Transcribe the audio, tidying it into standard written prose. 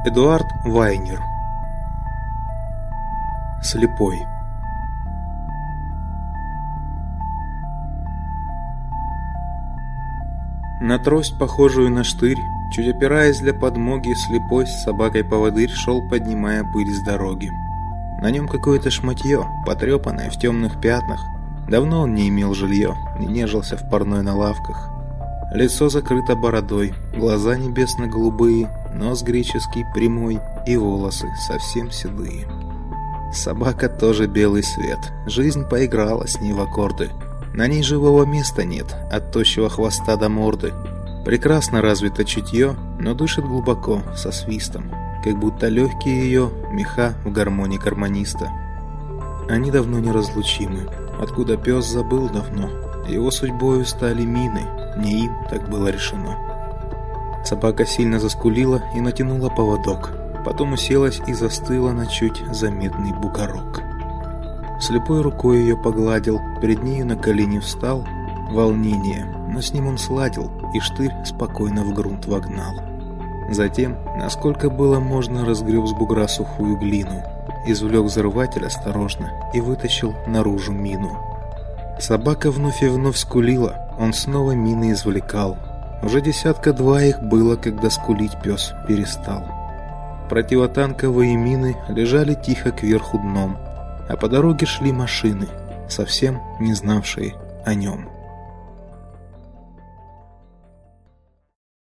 Эдуард Вайнер. Слепой. На трость, похожую на штырь, чуть опираясь для подмоги, слепой с собакой-поводырь шел, поднимая пыль с дороги. На нем какое-то шматье, потрепанное в темных пятнах. Давно он не имел жилье, не нежился в парной на лавках. Лицо закрыто бородой, глаза небесно-голубые, нос греческий прямой и волосы совсем седые. Собака тоже белый свет, жизнь поиграла с ней в аккорды. На ней живого места нет, от тощего хвоста до морды. Прекрасно развито чутье, но дышит глубоко, со свистом, как будто легкие ее меха в гармонии гармониста. Они давно неразлучимы, откуда пес забыл давно. Его судьбою стали мины, не им так было решено. Собака сильно заскулила и натянула поводок, потом уселась и застыла на чуть заметный бугорок. Слепой рукой ее погладил, перед нею на колени встал. Волнение, но с ним он сладил, и штырь спокойно в грунт вогнал. Затем, насколько было можно, разгреб с бугра сухую глину, извлек взрыватель осторожно и вытащил наружу мину. Собака вновь и вновь скулила, он снова мины извлекал. Уже 10-2 их было, когда скулить пес перестал. Противотанковые мины лежали тихо кверху дном, а по дороге шли машины, совсем не знавшие о нем.